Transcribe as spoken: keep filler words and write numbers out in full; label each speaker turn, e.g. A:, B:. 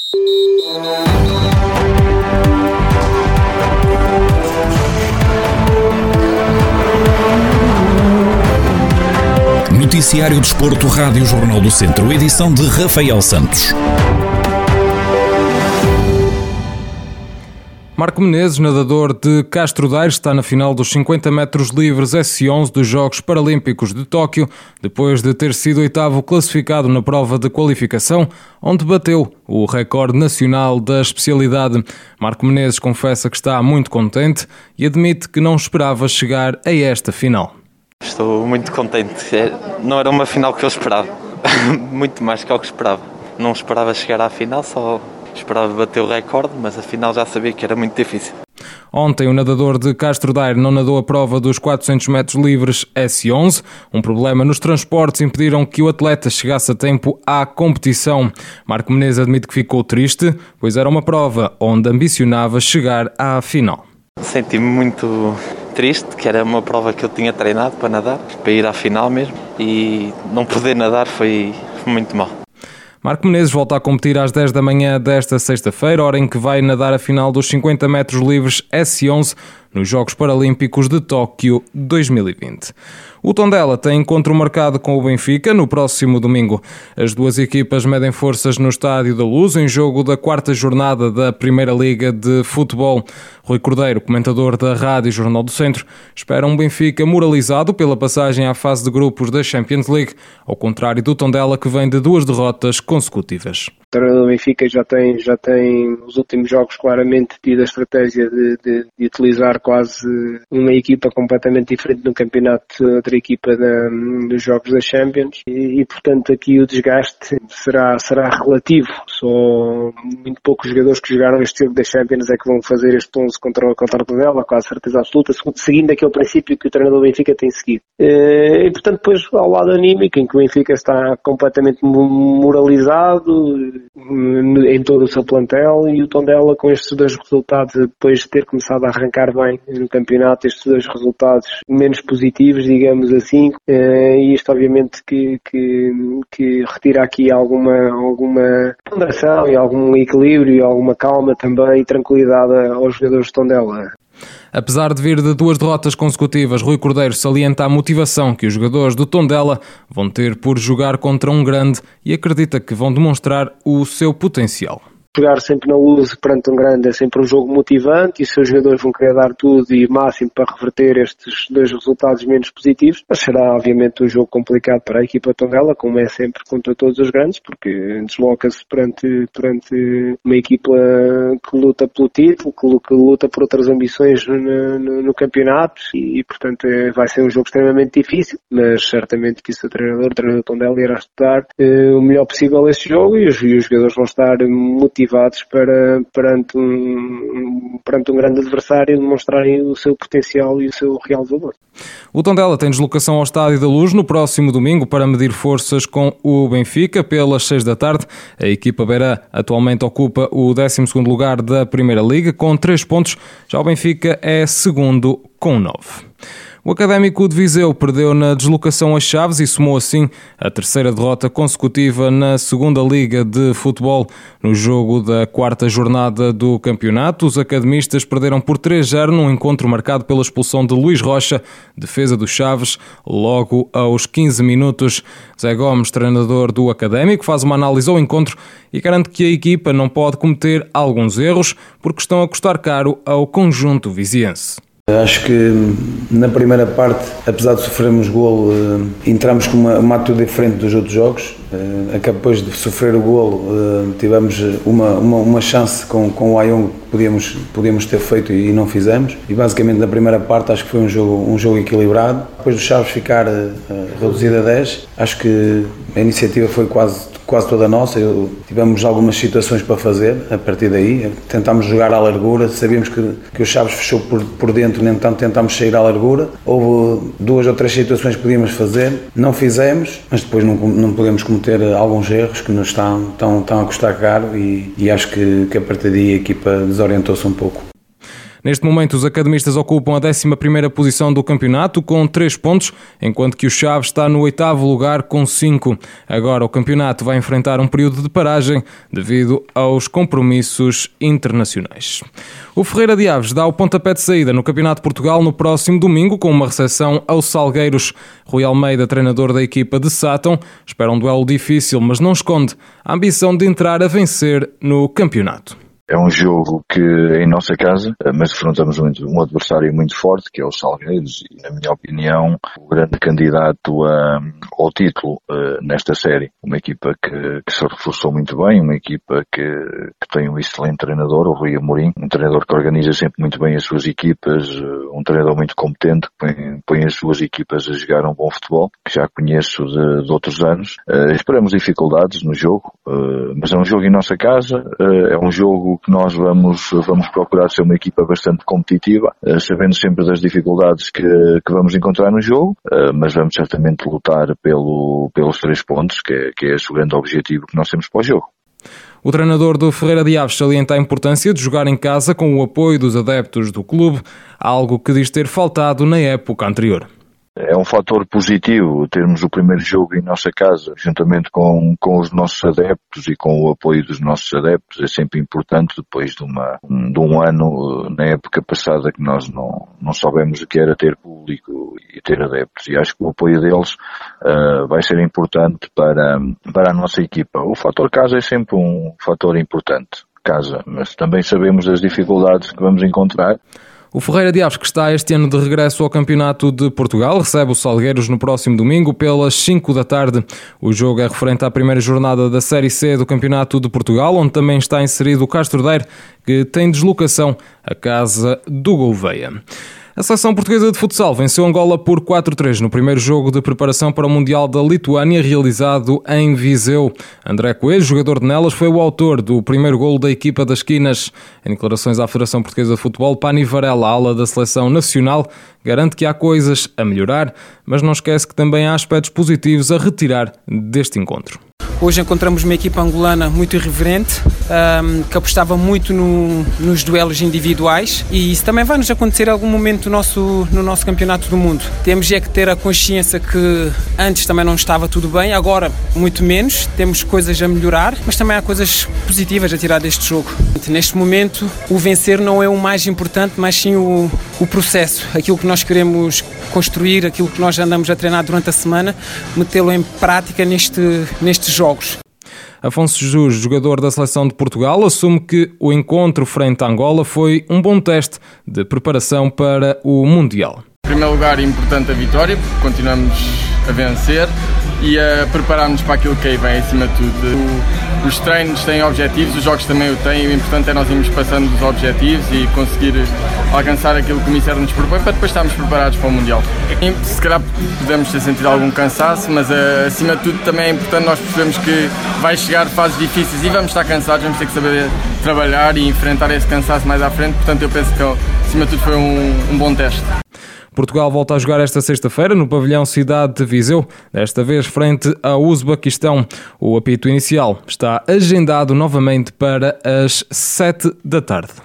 A: Noticiário Desporto, Rádio Jornal do Centro, edição de Rafael Santos.
B: Marco Menezes, nadador de Castro Daire, está na final dos cinquenta metros livres S onze dos Jogos Paralímpicos de Tóquio, depois de ter sido oitavo classificado na prova de qualificação, onde bateu o recorde nacional da especialidade. Marco Menezes confessa que está muito contente e admite que não esperava chegar a esta final.
C: Estou muito contente. Não era uma final que eu esperava. Muito mais que o que esperava. Não esperava chegar à final, só esperava bater o recorde, mas afinal já sabia que era muito difícil.
B: Ontem o nadador de Castro Daire não nadou a prova dos quatrocentos metros livres S onze. Um problema nos transportes impediram que o atleta chegasse a tempo à competição. Marco Menezes admite que ficou triste, pois era uma prova onde ambicionava chegar à final.
C: Senti-me muito triste, que era uma prova que eu tinha treinado para nadar, para ir à final mesmo, e não poder nadar foi muito mal.
B: Marco Menezes volta a competir às dez da manhã desta sexta-feira, hora em que vai nadar a final dos cinquenta metros livres S onze nos Jogos Paralímpicos de Tóquio dois mil e vinte. O Tondela tem encontro marcado com o Benfica no próximo domingo. As duas equipas medem forças no Estádio da Luz em jogo da quarta jornada da Primeira Liga de Futebol. Rui Cordeiro, comentador da Rádio Jornal do Centro, espera um Benfica moralizado pela passagem à fase de grupos da Champions League, ao contrário do Tondela, que vem de duas derrotas consecutivas.
D: O treinador do Benfica já tem, já tem nos últimos jogos claramente tido a estratégia de, de, de utilizar quase uma equipa completamente diferente no campeonato de outra equipa da, dos jogos da Champions e, e portanto aqui o desgaste será, será relativo. Só muito poucos jogadores que jogaram este jogo da Champions é que vão fazer este onze contra, contra o Tondela, quase certeza absoluta, seguindo aquele princípio que o treinador do Benfica tem seguido. E portanto depois ao lado anímico, em que o Benfica está completamente moralizado em todo o seu plantel, e o Tondela com estes dois resultados, depois de ter começado a arrancar bem no campeonato, estes dois resultados menos positivos, digamos assim, e isto obviamente que, que, que retira aqui alguma, alguma ponderação e algum equilíbrio e alguma calma também e tranquilidade aos jogadores de Tondela.
B: Apesar de vir de duas derrotas consecutivas, Rui Cordeiro salienta a motivação que os jogadores do Tondela vão ter por jogar contra um grande e acredita que vão demonstrar o seu potencial.
D: Jogar sempre na Luz perante um grande é sempre um jogo motivante e os seus jogadores vão querer dar tudo e máximo para reverter estes dois resultados menos positivos, mas será obviamente um jogo complicado para a equipa Tondela, como é sempre contra todos os grandes, porque desloca-se perante, perante uma equipa que luta pelo título, que luta por outras ambições no, no, no campeonato e, portanto é, vai ser um jogo extremamente difícil, mas certamente que o seu treinador, o treinador Tondela, irá estudar eh, o melhor possível este jogo e os, e os jogadores vão estar motivados para, perante, um, perante um grande adversário demonstrarem o seu potencial e o seu real valor.
B: O Tondela tem deslocação ao Estádio da Luz no próximo domingo para medir forças com o Benfica pelas seis da tarde. A equipa beirã atualmente ocupa o décimo segundo lugar da Primeira Liga com três pontos, já o Benfica é segundo com nove. O Académico de Viseu perdeu na deslocação a Chaves e somou assim a terceira derrota consecutiva na segunda Liga de Futebol. No jogo da quarta jornada do campeonato, os academistas perderam por três a zero num encontro marcado pela expulsão de Luís Rocha, defesa do Chaves, logo aos quinze minutos. Zé Gomes, treinador do Académico, faz uma análise ao encontro e garante que a equipa não pode cometer alguns erros porque estão a custar caro ao conjunto viziense.
E: Acho que na primeira parte, apesar de sofrermos golo, entramos com uma, uma atitude diferente dos outros jogos. Depois de sofrer o golo, tivemos uma, uma, uma chance com, com o Ayong que podíamos, podíamos ter feito e não fizemos. E basicamente na primeira parte acho que foi um jogo, um jogo equilibrado. Depois do Chaves ficar reduzido a dez, acho que a iniciativa foi quase quase toda nossa. Eu, tivemos algumas situações para fazer a partir daí, tentámos jogar à largura, sabíamos que, que o Chaves fechou por, por dentro, nem tanto tentámos sair à largura. Houve duas ou três situações que podíamos fazer, não fizemos, mas depois não, não podemos cometer alguns erros que nos estão, estão, estão a custar caro e, e acho que, que a partir daí a equipa desorientou-se um pouco.
B: Neste momento, os academistas ocupam a décima primeira posição do campeonato com três pontos, enquanto que o Chaves está no oitavo lugar com cinco. Agora o campeonato vai enfrentar um período de paragem devido aos compromissos internacionais. O Ferreira de Aves dá o pontapé de saída no Campeonato de Portugal no próximo domingo com uma recepção aos Salgueiros. Rui Almeida, treinador da equipa de Sátão, espera um duelo difícil, mas não esconde a ambição de entrar a vencer no campeonato.
F: É um jogo que é em nossa casa, mas defrontamos um adversário muito forte, que é o Salgueiros, e na minha opinião, o grande candidato a, ao título uh, nesta série. Uma equipa que, que se reforçou muito bem, uma equipa que, que tem um excelente treinador, o Rui Amorim, um treinador que organiza sempre muito bem as suas equipas, uh, um treinador muito competente, que põe, põe as suas equipas a jogar um bom futebol, que já conheço de, de outros anos. Uh, esperamos dificuldades no jogo, uh, mas é um jogo em nossa casa, uh, é um jogo que nós vamos, vamos procurar ser uma equipa bastante competitiva, sabendo sempre das dificuldades que, que vamos encontrar no jogo, mas vamos certamente lutar pelo, pelos três pontos, que é, que é esse o grande objetivo que nós temos para o jogo.
B: O treinador do Ferreira de Aves salienta a importância de jogar em casa com o apoio dos adeptos do clube, algo que diz ter faltado na época anterior.
F: É um fator positivo termos o primeiro jogo em nossa casa, juntamente com, com os nossos adeptos e com o apoio dos nossos adeptos. É sempre importante, depois de, uma, de um ano, na época passada, que nós não, não soubemos o que era ter público e ter adeptos. E acho que o apoio deles uh, vai ser importante para, para a nossa equipa. O fator casa é sempre um fator importante, casa, mas também sabemos das dificuldades que vamos encontrar.
B: O Ferreira de Aves, que está este ano de regresso ao Campeonato de Portugal, recebe o Salgueiros no próximo domingo pelas cinco da tarde. O jogo é referente à primeira jornada da Série C do Campeonato de Portugal, onde também está inserido o Castro Daire, que tem deslocação à casa do Gouveia. A seleção portuguesa de futsal venceu Angola por quatro a três no primeiro jogo de preparação para o Mundial da Lituânia, realizado em Viseu. André Coelho, jogador de Nelas, foi o autor do primeiro golo da equipa das Quinas. Em declarações à Federação Portuguesa de Futebol, Pani Varela, ala da seleção nacional, garante que há coisas a melhorar, mas não esquece que também há aspectos positivos a retirar deste encontro.
G: Hoje encontramos uma equipa angolana muito irreverente, um, que apostava muito no, nos duelos individuais, e isso também vai nos acontecer em algum momento no nosso, no nosso campeonato do mundo. Temos é que ter a consciência que antes também não estava tudo bem, agora muito menos, temos coisas a melhorar, mas também há coisas positivas a tirar deste jogo. Neste momento, o vencer não é o mais importante, mas sim o, o processo, aquilo que nós queremos construir, aquilo que nós andamos a treinar durante a semana, metê-lo em prática neste, nestes jogos.
B: Afonso Jesus, jogador da seleção de Portugal, assume que o encontro frente à Angola foi um bom teste de preparação para o Mundial.
H: Em primeiro lugar, importante a vitória, porque continuamos a vencer e a preparar-nos para aquilo que aí vem, acima de tudo. Os treinos têm objetivos, os jogos também o têm, o importante é nós irmos passando dos objetivos e conseguir alcançar aquilo que o Ministério nos propõe para depois estarmos preparados para o Mundial. E, se calhar podemos ter sentido algum cansaço, mas acima de tudo também é importante nós percebermos que vai chegar fases difíceis e vamos estar cansados, vamos ter que saber trabalhar e enfrentar esse cansaço mais à frente, portanto eu penso que acima de tudo foi um, um bom teste.
B: Portugal volta a jogar esta sexta-feira no pavilhão Cidade de Viseu, desta vez frente ao Uzbequistão. O apito inicial está agendado novamente para as sete da tarde.